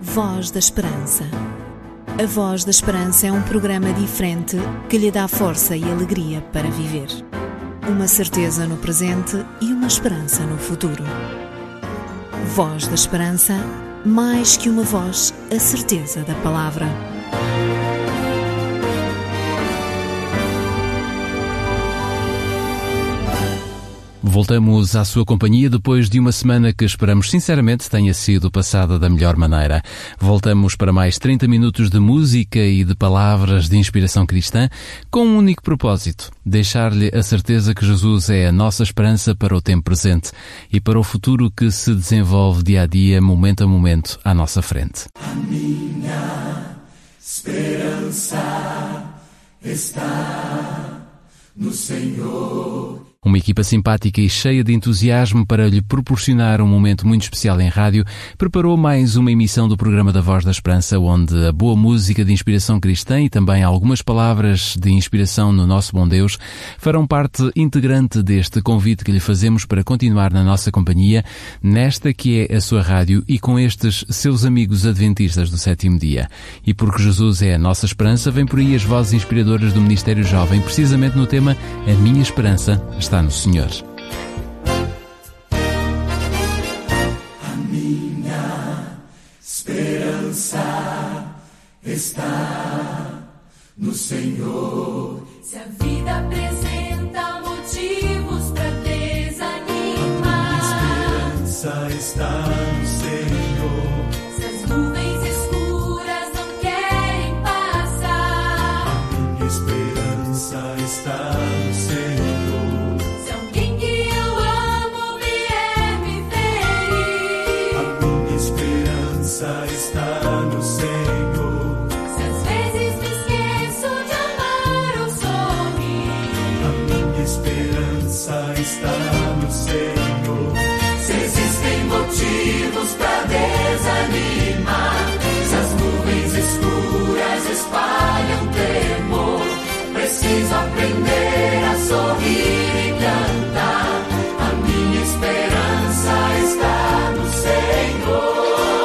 Voz da Esperança. A Voz da Esperança é um programa diferente que lhe dá força e alegria para viver. Uma certeza no presente e uma esperança no futuro. Voz da Esperança, mais que uma voz, a certeza da palavra. Voltamos à sua companhia depois de uma semana que esperamos sinceramente tenha sido passada da melhor maneira. Voltamos para mais 30 minutos de música e de palavras de inspiração cristã com um único propósito: deixar-lhe a certeza que Jesus é a nossa esperança para o tempo presente e para o futuro que se desenvolve dia a dia, momento a momento, à nossa frente. A minha esperança está no Senhor. Uma equipa simpática e cheia de entusiasmo para lhe proporcionar um momento muito especial em rádio, preparou mais uma emissão do programa da Voz da Esperança, onde a boa música de inspiração cristã e também algumas palavras de inspiração no nosso bom Deus farão parte integrante deste convite que lhe fazemos para continuar na nossa companhia, nesta que é a sua rádio e com estes seus amigos adventistas do sétimo dia. E porque Jesus é a nossa esperança, vem por aí as vozes inspiradoras do Ministério Jovem, precisamente no tema A Minha Esperança está no Senhor. A minha esperança está no Senhor. Se a vida apresenta motivos para desanimar, a minha esperança está no Senhor. se as nuvens escuras não querem passar, A minha esperança está no Senhor. Está no Senhor. Se às vezes me esqueço de amar ou sorrir, A minha esperança está no Senhor. Se existem motivos para desanimar, se as nuvens escuras espalham temor, preciso aprender a sorrir e cantar. A minha esperança está no Senhor.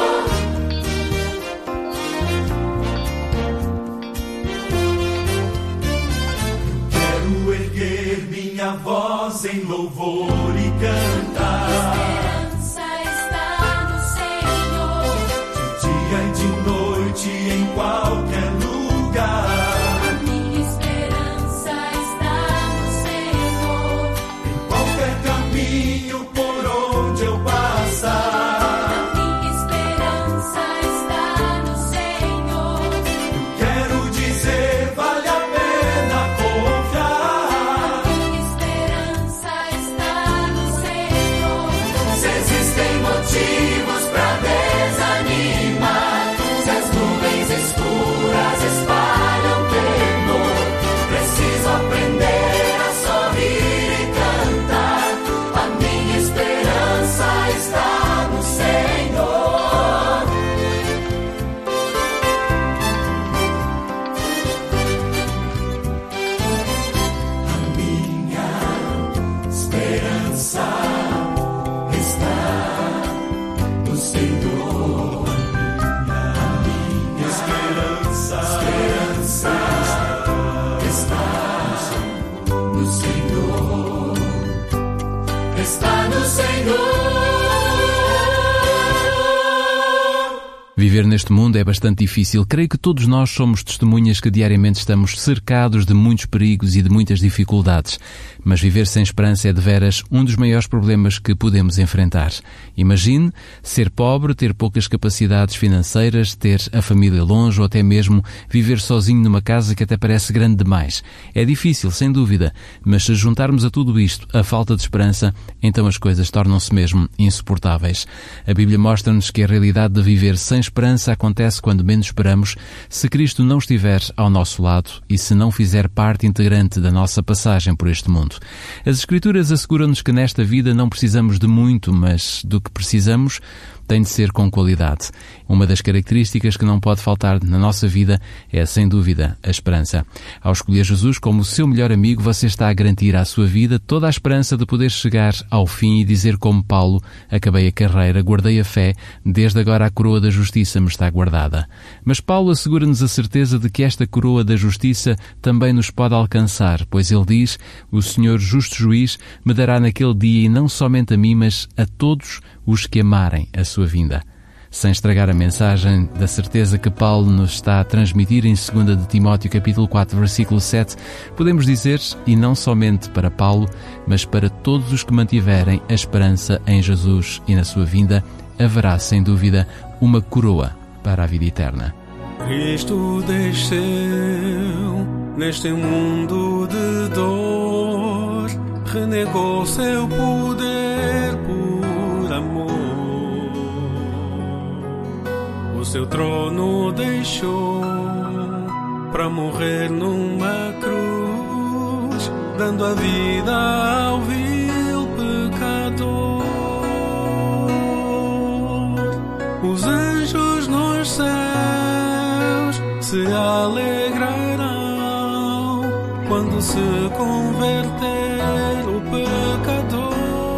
Minha voz em louvor e cantar. a esperança está no Senhor. De dia e de noite em qualquer lugar. A minha esperança está no Senhor. Em qualquer caminho por onde eu passar. A minha esperança está no Senhor. Eu quero dizer, vale a pena confiar. A minha esperança está no Senhor. Se existem motivos para desanimar, se as nuvens escuras espalham temor, preciso aprender a sorrir e cantar. A minha esperança está no Senhor. A minha esperança está no Senhor. A minha esperança está no Senhor. Está no Senhor. Viver neste mundo é bastante difícil. Creio que todos nós somos testemunhas que diariamente estamos cercados de muitos perigos e de muitas dificuldades. Mas viver sem esperança é deveras um dos maiores problemas que podemos enfrentar. Imagine ser pobre, ter poucas capacidades financeiras, ter a família longe ou até mesmo viver sozinho numa casa que até parece grande demais. É difícil, sem dúvida, mas se juntarmos a tudo isto a falta de esperança, então as coisas tornam-se mesmo insuportáveis. A Bíblia mostra-nos que a realidade de viver sem esperança acontece quando menos esperamos, se Cristo não estiver ao nosso lado e se não fizer parte integrante da nossa passagem por este mundo. As Escrituras asseguram-nos que nesta vida não precisamos de muito, mas do que precisamos, tem de ser com qualidade. Uma das características que não pode faltar na nossa vida é, sem dúvida, a esperança. Ao escolher Jesus como o seu melhor amigo, você está a garantir à sua vida toda a esperança de poder chegar ao fim e dizer como Paulo: acabei a carreira, guardei a fé, desde agora a coroa da justiça me está guardada. Mas Paulo assegura-nos a certeza de que esta coroa da justiça também nos pode alcançar, pois ele diz: o Senhor justo juiz me dará naquele dia, e não somente a mim, mas a todos os que amarem a sua vinda. Sem estragar a mensagem da certeza que Paulo nos está a transmitir em 2 de Timóteo capítulo 4, versículo 7, podemos dizer, e não somente para Paulo, mas para todos os que mantiverem a esperança em Jesus e na sua vinda, haverá sem dúvida uma coroa para a vida eterna. Cristo desceu neste mundo de dor, renegou seu poder por amor. O seu trono deixou para morrer numa cruz, dando a vida ao vil pecador. Os anjos nos céus se alegrarão quando se converter o pecador.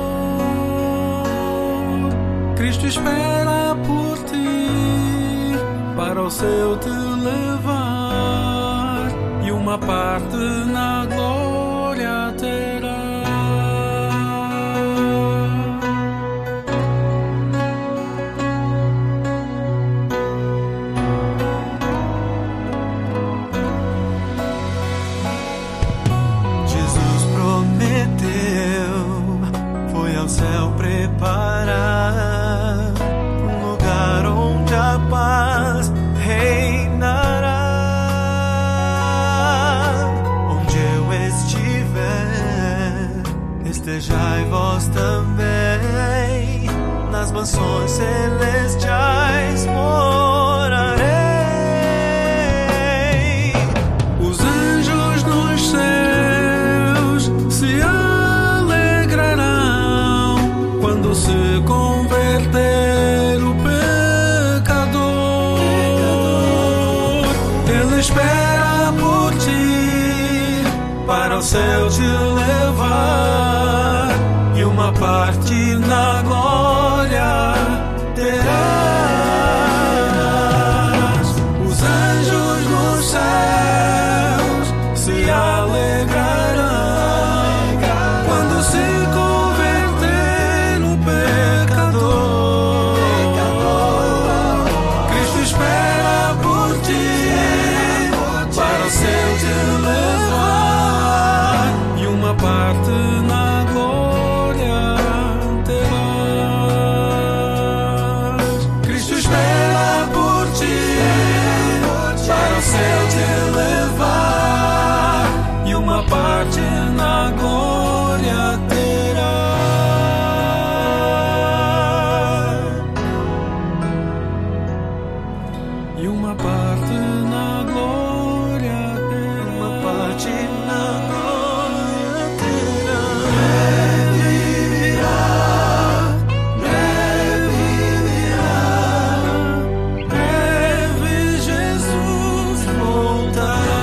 Cristo espera por ti para o céu te levar, e uma parte na glória terá. Jesus prometeu, foi ao céu preparar um lugar onde a paz reinará. Onde eu estiver, estejai vós também, nas mansões celestiais morarei. Os anjos nos céus se alegrarão quando se converter o pecador. Ele espera por ti para o céu te levar, e uma parte na glória terás. Os anjos nos céus se alegrarão quando se converter o pecador. Cristo espera por ti para o céu te levar, e uma parte na glória terás. Cristo espera por ti para o céu te levar, e uma parte na glória terás. E uma parte na glória terás. Uma parte na glória terá. Breve Jesus voltará.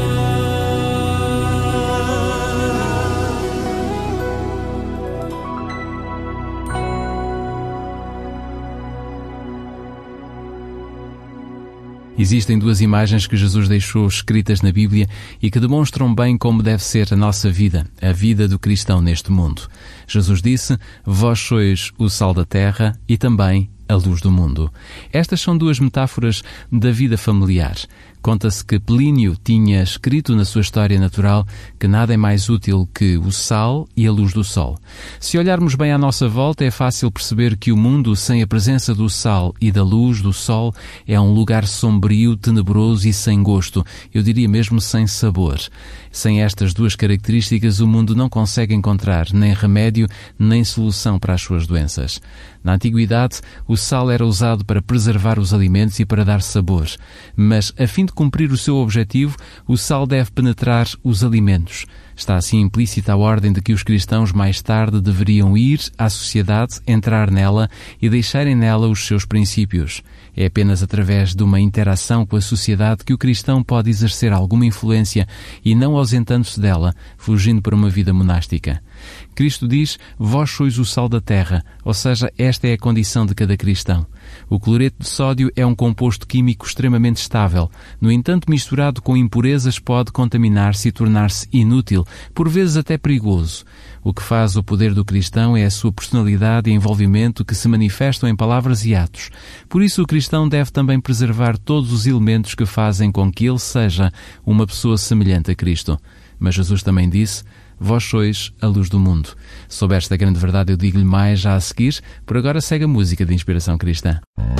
Existem duas imagens que Jesus deixou escritas na Bíblia e que demonstram bem como deve ser a nossa vida, a vida do cristão neste mundo. Jesus disse: vós sois o sal da terra e também a luz do mundo. Estas são duas metáforas da vida familiar. Conta-se que Plínio tinha escrito na sua história natural que nada é mais útil que o sal e a luz do sol. Se olharmos bem à nossa volta, é fácil perceber que o mundo sem a presença do sal e da luz do sol é um lugar sombrio, tenebroso e sem gosto, eu diria mesmo sem sabor. Sem estas duas características, o mundo não consegue encontrar nem remédio nem solução para as suas doenças. Na antiguidade, o sal era usado para preservar os alimentos e para dar sabor, mas, a fim de cumprir o seu objetivo, o sal deve penetrar os alimentos. Está assim implícita a ordem de que os cristãos mais tarde deveriam ir à sociedade, entrar nela e deixarem nela os seus princípios. É apenas através de uma interação com a sociedade que o cristão pode exercer alguma influência e não ausentando-se dela, fugindo para uma vida monástica. Cristo diz: vós sois o sal da terra, ou seja, esta é a condição de cada cristão. O cloreto de sódio é um composto químico extremamente estável. No entanto, misturado com impurezas pode contaminar-se e tornar-se inútil, por vezes até perigoso. O que faz o poder do cristão é a sua personalidade e envolvimento que se manifestam em palavras e atos. Por isso, o cristão deve também preservar todos os elementos que fazem com que ele seja uma pessoa semelhante a Cristo. Mas Jesus também disse: vós sois a luz do mundo. Sob esta grande verdade eu digo-lhe mais já a seguir. Por agora segue a música de inspiração cristã.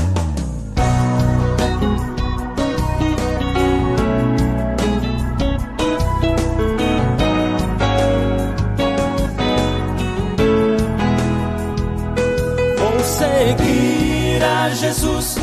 Vou seguir a Jesus,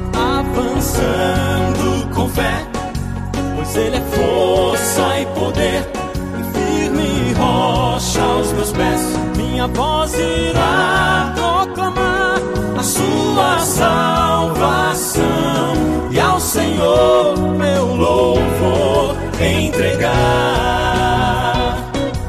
avançando com fé, pois Ele é força e poder, firme rocha aos meus pés. Minha voz irá proclamar a sua salvação e ao Senhor meu louvor entregar.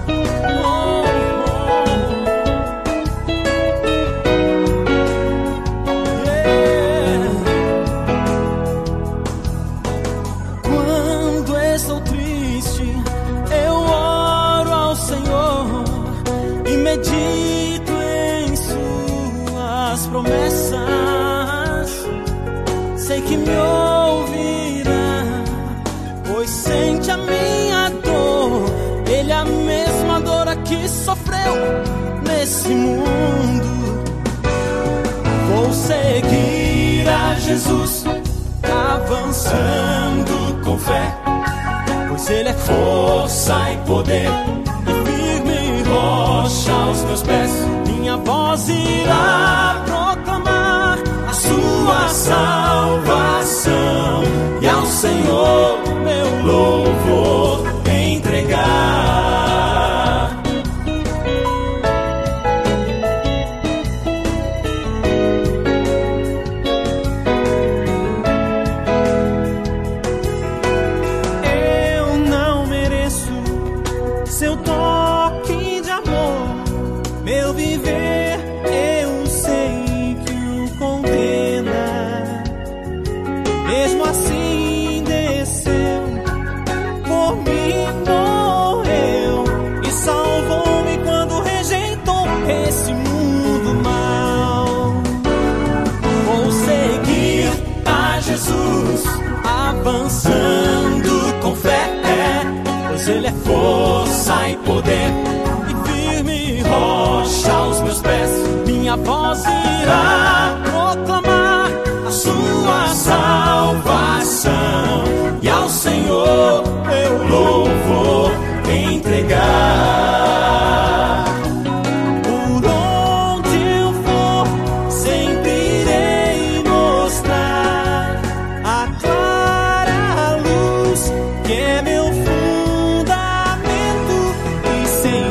Quando estou triste, eu oro ao Senhor e medito em suas promessas. Sei que me ouvirá, pois sente a minha dor. Ele é a mesma dor a que sofreu nesse mundo. Vou seguir a Jesus, avançando com fé, pois Ele é força e poder, firme rocha aos meus pés. Minha voz irá proclamar a sua salvação e ao Senhor meu louvor entregar. Eu não mereço seu toque de amor, meu viver eu sei que o condena. Mesmo assim desceu, por mim morreu e salvou-me quando rejeitou esse mundo mau. Vou seguir a Jesus, avançando com fé, pois Ele é força e poder, rocha aos meus pés. Minha voz irá proclamar a sua salvação e ao Senhor meu louvor entregar. Por onde eu for, sempre irei mostrar a clara luz que é meu fundamento, e sem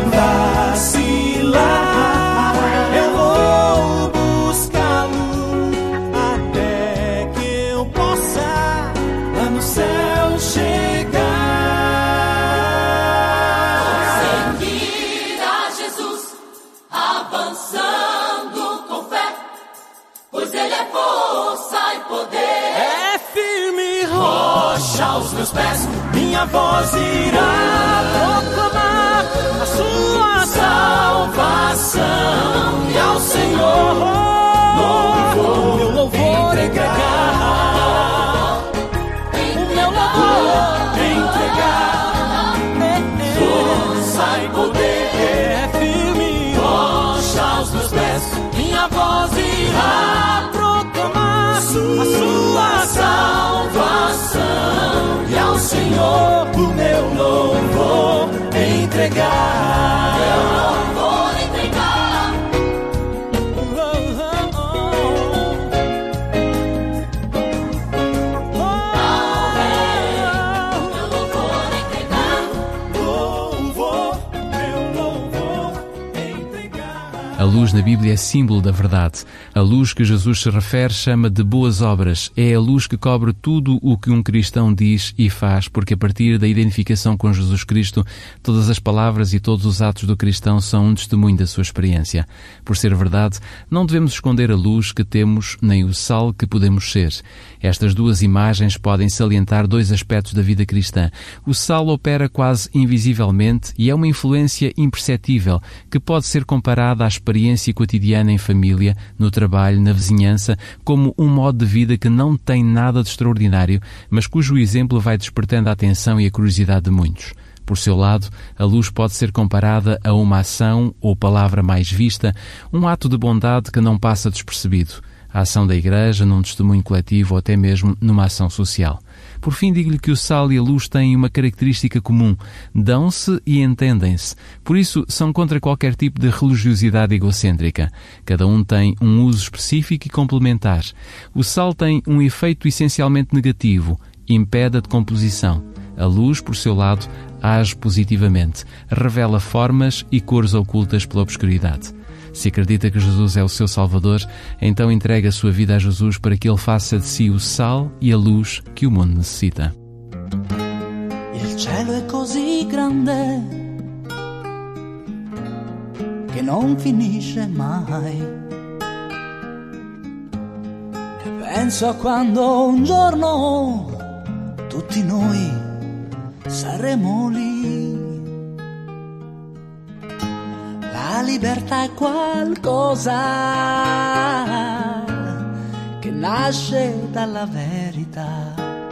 vacilar eu vou buscá-lo até que eu possa lá no céu chegar. Seguir a Jesus, avançando com fé, pois Ele é força e poder. É firme rocha aos meus pés. Minha voz irá proclamar a sua salvação e ao Senhor meu louvor entregar. O meu louvor entregar. Força e poder, é firme rocha aos meus pés. Minha voz irá proclamar a sua salvação e ao Senhor o meu louvor entregar. Meu louvor entregar. luz na Bíblia é símbolo da verdade. A luz que Jesus se refere chama de boas obras. É a luz que cobre tudo o que um cristão diz e faz, porque a partir da identificação com Jesus Cristo, todas as palavras e todos os atos do cristão são um testemunho da sua experiência. Por ser verdade, não devemos esconder a luz que temos nem o sal que podemos ser. Estas duas imagens podem salientar dois aspectos da vida cristã. O sal opera quase invisivelmente e é uma influência imperceptível que pode ser comparada à experiência cotidiana em família, no trabalho, na vizinhança, como um modo de vida que não tem nada de extraordinário, mas cujo exemplo vai despertando a atenção e a curiosidade de muitos. Por seu lado, a luz pode ser comparada a uma ação ou palavra mais vista, um ato de bondade que não passa despercebido. A ação da Igreja, num testemunho coletivo ou até mesmo numa ação social. Por fim, digo-lhe que o sal e a luz têm uma característica comum. Dão-se e entendem-se. Por isso, são contra qualquer tipo de religiosidade egocêntrica. Cada um tem um uso específico e complementar. O sal tem um efeito essencialmente negativo. Impede a decomposição. A luz, por seu lado, age positivamente. Revela formas e cores ocultas pela obscuridade. Se acredita que Jesus é o seu Salvador, então entregue a sua vida a Jesus para que Ele faça de si o sal e a luz que o mundo necessita. Il cielo è così grande che non finisce mai. E penso a quando un giorno tutti noi saremo lì. La libertà è qualcosa che nasce dalla verità.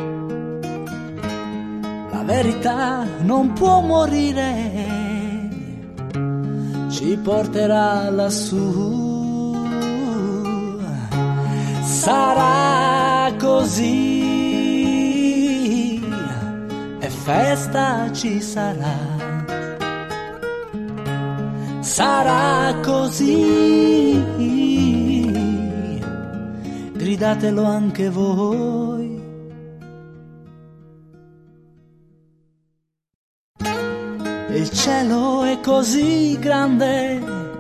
La verità non può morire, ci porterà lassù. Sarà così e festa ci sarà. Sarà così, gridatelo anche voi. Il cielo è così grande,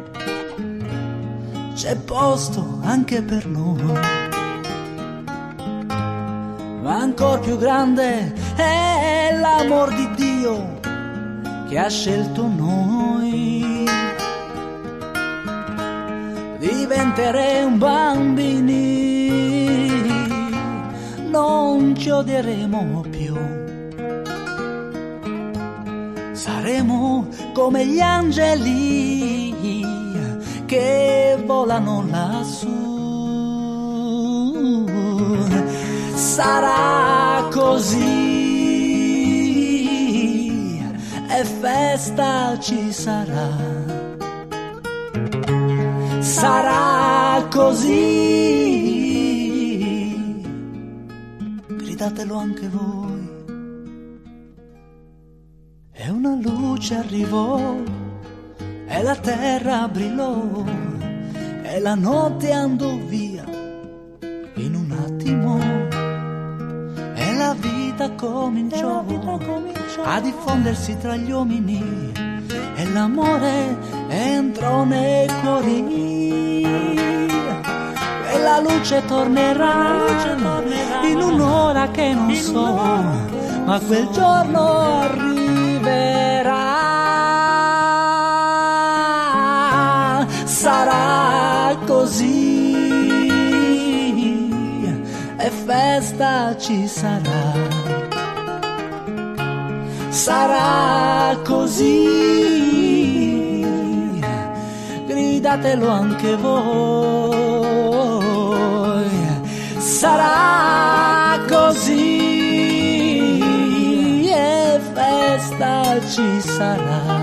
c'è posto anche per noi. Ma ancor più grande è l'amor di Dio che ha scelto noi. Diventeremo bambini, non ci odieremo più. Saremo come gli angeli che volano lassù. Sarà così e festa ci sarà. Sarà così, gridatelo anche voi. E una luce arrivò, e la terra brillò, e la notte andò via in un attimo, e la vita cominciò a diffondersi tra gli uomini, e l'amore entrò nei cuori. E la luce tornerà in un'ora che non so, ma quel giorno arriverà. Sarà così e festa ci sarà. Sarà così, gridatelo anche voi. Sarà così e festa ci sarà.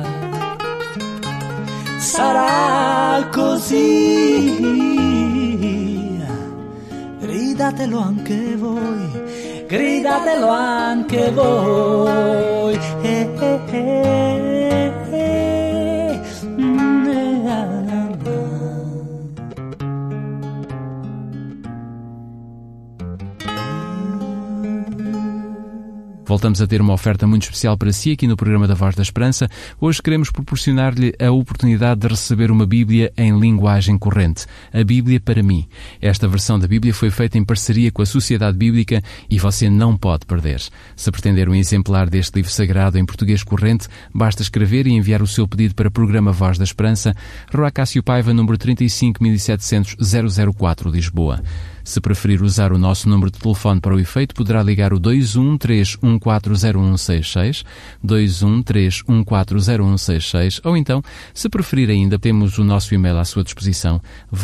Sarà così, gridatelo anche voi. Gridatelo anche voi. Voltamos a ter uma oferta muito especial para si aqui no programa da Voz da Esperança. Hoje queremos proporcionar-lhe a oportunidade de receber uma Bíblia em linguagem corrente. A Bíblia para mim. Esta versão da Bíblia foi feita em parceria com a Sociedade Bíblica e você não pode perder. Se pretender um exemplar deste livro sagrado em português corrente, basta escrever e enviar o seu pedido para o programa Voz da Esperança, Rua Cássio Paiva, número 35700 004, Lisboa. Se preferir usar o nosso número de telefone para o efeito, poderá ligar o 213140166, 213140166, ou então, se preferir ainda, temos o nosso e-mail à sua disposição,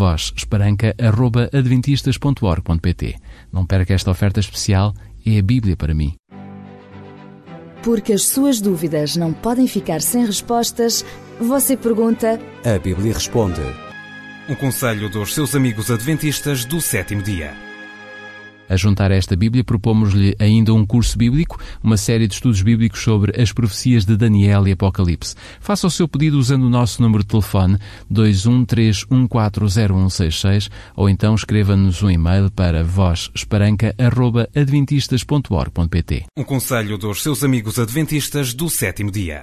vozesperanca@adventistas.org.pt. Não perca esta oferta especial, é a Bíblia para mim. Porque as suas dúvidas não podem ficar sem respostas, você pergunta, a Bíblia responde. Um conselho dos seus amigos adventistas do sétimo dia. A juntar a esta Bíblia, propomos-lhe ainda um curso bíblico, uma série de estudos bíblicos sobre as profecias de Daniel e Apocalipse. Faça o seu pedido usando o nosso número de telefone 213140166 ou então escreva-nos um e-mail para vozesperanca@adventistas.org.pt. Um conselho dos seus amigos adventistas do sétimo dia.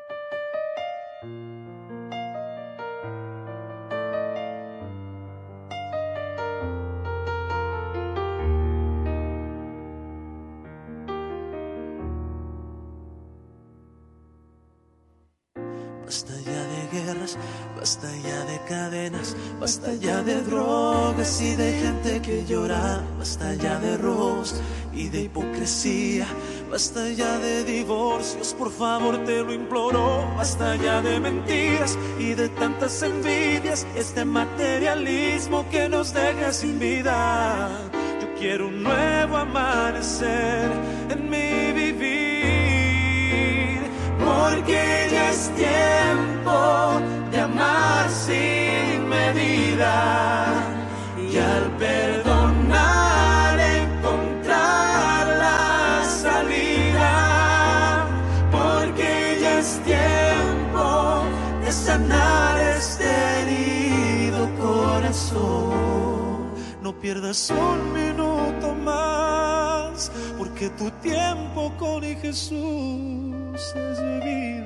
Basta ya de guerras, basta ya de cadenas, basta ya de drogas y de gente que llora, basta ya de robos y de hipocresía, basta ya de divorcios, por favor te lo imploro, basta ya de mentiras y de tantas envidias, este materialismo que nos deja sin vida. Yo quiero un nuevo amanecer en mi vivir, porque ya es tiempo de amar sin medida y al perdonar encontrar la salida, porque ya es tiempo de sanar este herido corazón. No pierdas un minuto más, porque tu tiempo con Jesús es mi vida.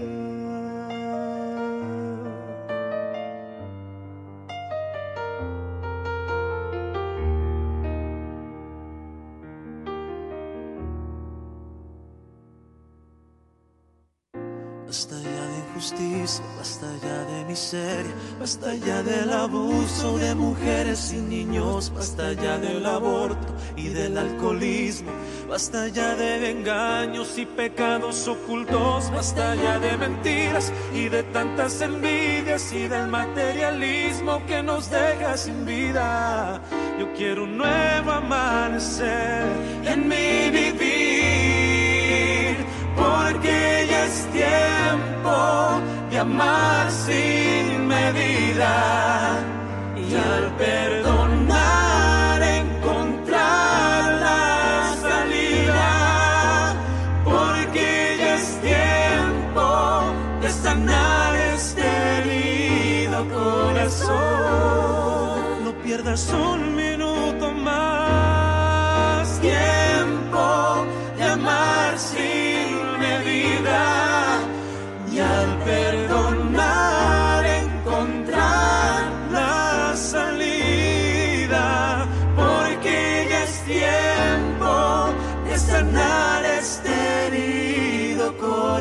Basta ya de injusticia, basta ya de miseria, basta ya del abuso de mujeres y niños, basta ya del aborto y del alcoholismo, basta ya de engaños y pecados ocultos, basta ya de mentiras y de tantas envidias y del materialismo que nos deja sin vida. Yo quiero un nuevo amanecer en mi vivir, porque ya es tiempo de amar sin medida y al perdonar encontrar la salida, porque ya es tiempo de sanar este herido corazón. No pierdas un minuto más, tiempo de amar sin medida y al perdonar encontrar la salida, porque ya es tiempo de sanar este herido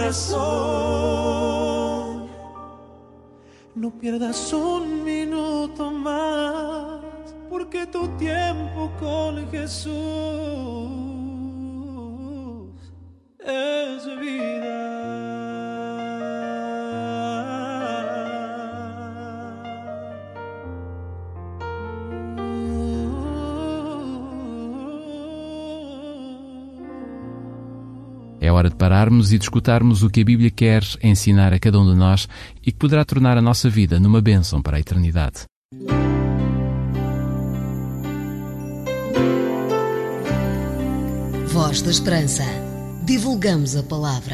corazón. No pierdas un minuto más, porque tu tiempo con Jesús es vida. É hora de pararmos e de escutarmos o que a Bíblia quer ensinar a cada um de nós e que poderá tornar a nossa vida numa bênção para a eternidade. Voz da Esperança. Divulgamos a palavra.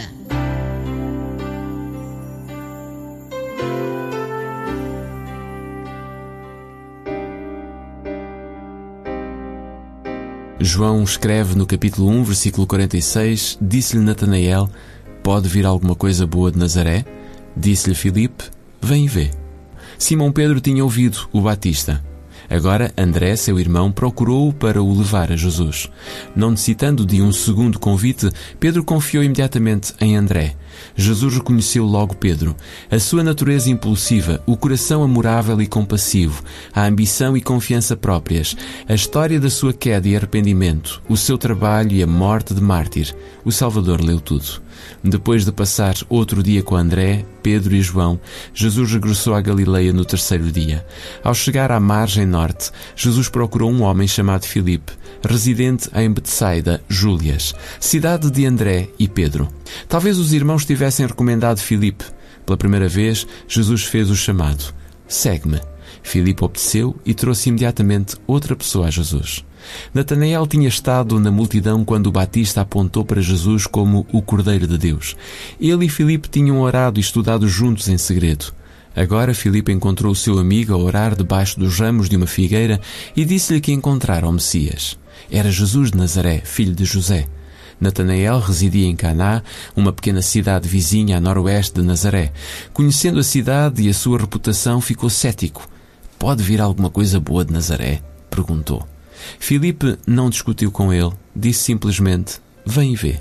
João escreve no capítulo 1, versículo 46, disse-lhe Natanael: pode vir alguma coisa boa de Nazaré? Disse-lhe Filipe: vem e vê. Simão Pedro tinha ouvido o Batista. Agora André, seu irmão, procurou-o para o levar a Jesus. Não necessitando de um segundo convite, Pedro confiou imediatamente em André. Jesus reconheceu logo Pedro. A sua natureza impulsiva, o coração amorável e compassivo, a ambição e confiança próprias, a história da sua queda e arrependimento, o seu trabalho e a morte de mártir. O Salvador leu tudo. Depois de passar outro dia com André, Pedro e João, Jesus regressou à Galileia no terceiro dia. Ao chegar à margem norte, Jesus procurou um homem chamado Filipe, residente em Betsaida, Júlias, cidade de André e Pedro. Talvez os irmãos tivessem recomendado Filipe. Pela primeira vez, Jesus fez o chamado: segue-me. Filipe obedeceu e trouxe imediatamente outra pessoa a Jesus. Natanael tinha estado na multidão quando o Batista apontou para Jesus como o Cordeiro de Deus. Ele e Filipe tinham orado e estudado juntos em segredo. Agora Filipe encontrou o seu amigo a orar debaixo dos ramos de uma figueira e disse-lhe que encontrara o Messias. Era Jesus de Nazaré, filho de José. Natanael residia em Caná, uma pequena cidade vizinha a noroeste de Nazaré. Conhecendo a cidade e a sua reputação, ficou cético. Pode vir alguma coisa boa de Nazaré? Perguntou. Filipe não discutiu com ele, disse simplesmente: vem e vê.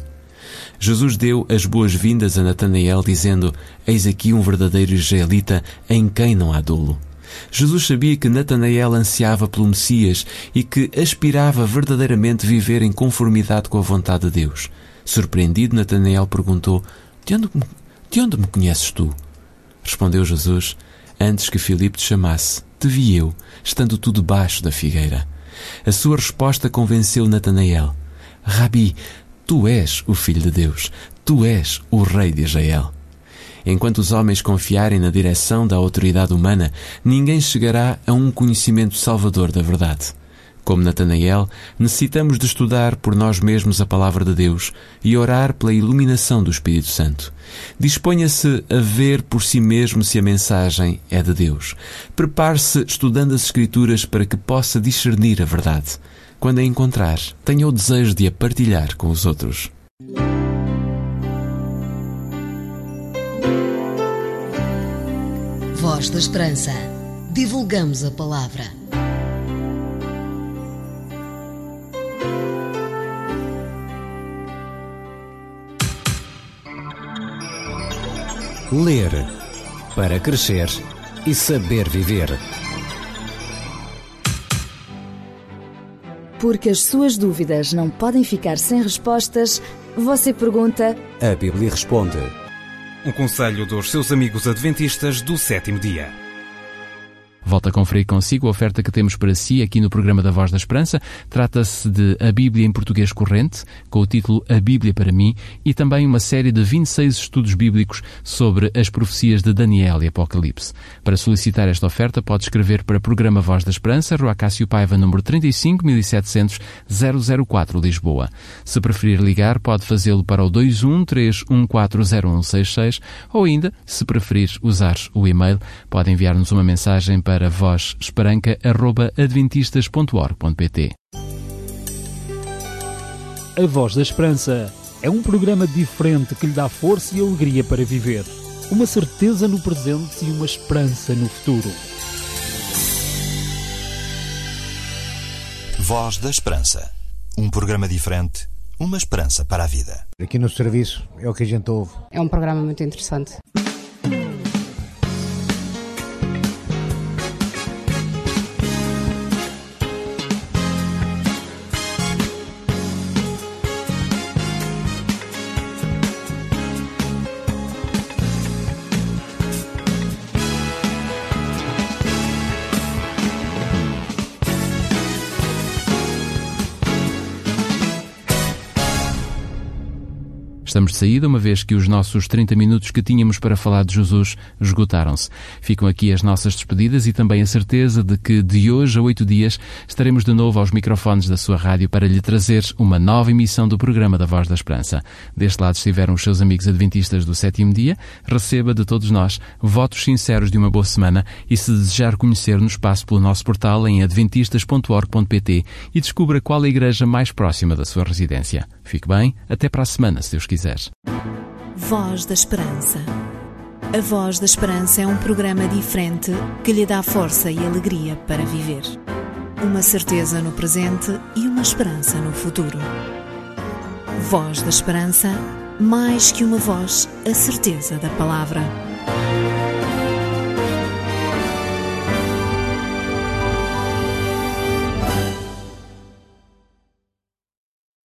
Jesus deu as boas-vindas a Natanael, dizendo: eis aqui um verdadeiro israelita em quem não há dolo. Jesus sabia que Natanael ansiava pelo Messias e que aspirava verdadeiramente viver em conformidade com a vontade de Deus. Surpreendido, Natanael perguntou: de onde me conheces tu? Respondeu Jesus: antes que Filipe te chamasse, te vi eu, estando tu debaixo da figueira. A sua resposta convenceu Natanael: Rabi, tu és o Filho de Deus, tu és o Rei de Israel. Enquanto os homens confiarem na direção da autoridade humana, ninguém chegará a um conhecimento salvador da verdade. Como Natanael, necessitamos de estudar por nós mesmos a palavra de Deus e orar pela iluminação do Espírito Santo. Disponha-se a ver por si mesmo se a mensagem é de Deus. Prepare-se estudando as Escrituras para que possa discernir a verdade. Quando a encontrar, tenha o desejo de a partilhar com os outros. Voz da Esperança. Divulgamos a palavra. Ler, para crescer e saber viver. Porque as suas dúvidas não podem ficar sem respostas, você pergunta, a Bíblia responde. Um conselho dos seus amigos adventistas do sétimo dia. Volto a conferir consigo a oferta que temos para si aqui no programa da Voz da Esperança. Trata-se de a Bíblia em português corrente, com o título A Bíblia para mim, e também uma série de 26 estudos bíblicos sobre as profecias de Daniel e Apocalipse. Para solicitar esta oferta, pode escrever para o programa Voz da Esperança, Rua Cássio Paiva, número 35 1700 004, Lisboa. Se preferir ligar, pode fazê-lo para o 213140166 ou ainda, se preferir usar o e-mail, pode enviar-nos uma mensagem para vozesperanca@adventistas.org.pt. A Voz da Esperança é um programa diferente que lhe dá força e alegria para viver. Uma certeza no presente e uma esperança no futuro. Voz da Esperança. Um programa diferente, uma esperança para a vida. Aqui no serviço é o que a gente ouve. É um programa muito interessante. estamos de saída, uma vez que os nossos 30 minutos que tínhamos para falar de Jesus esgotaram-se. Ficam aqui as nossas despedidas e também a certeza de que de hoje a 8 dias estaremos de novo aos microfones da sua rádio para lhe trazer uma nova emissão do programa da Voz da Esperança. Deste lado estiveram os seus amigos adventistas do 7º dia. Receba de todos nós votos sinceros de uma boa semana e, se desejar conhecer-nos, passe pelo nosso portal em adventistas.org.pt e descubra qual a igreja mais próxima da sua residência. Fique bem, até para a semana, se Deus quiser. Voz da Esperança. A Voz da Esperança é um programa diferente que lhe dá força e alegria para viver. Uma certeza no presente e uma esperança no futuro. Voz da Esperança, mais que uma voz, a certeza da palavra.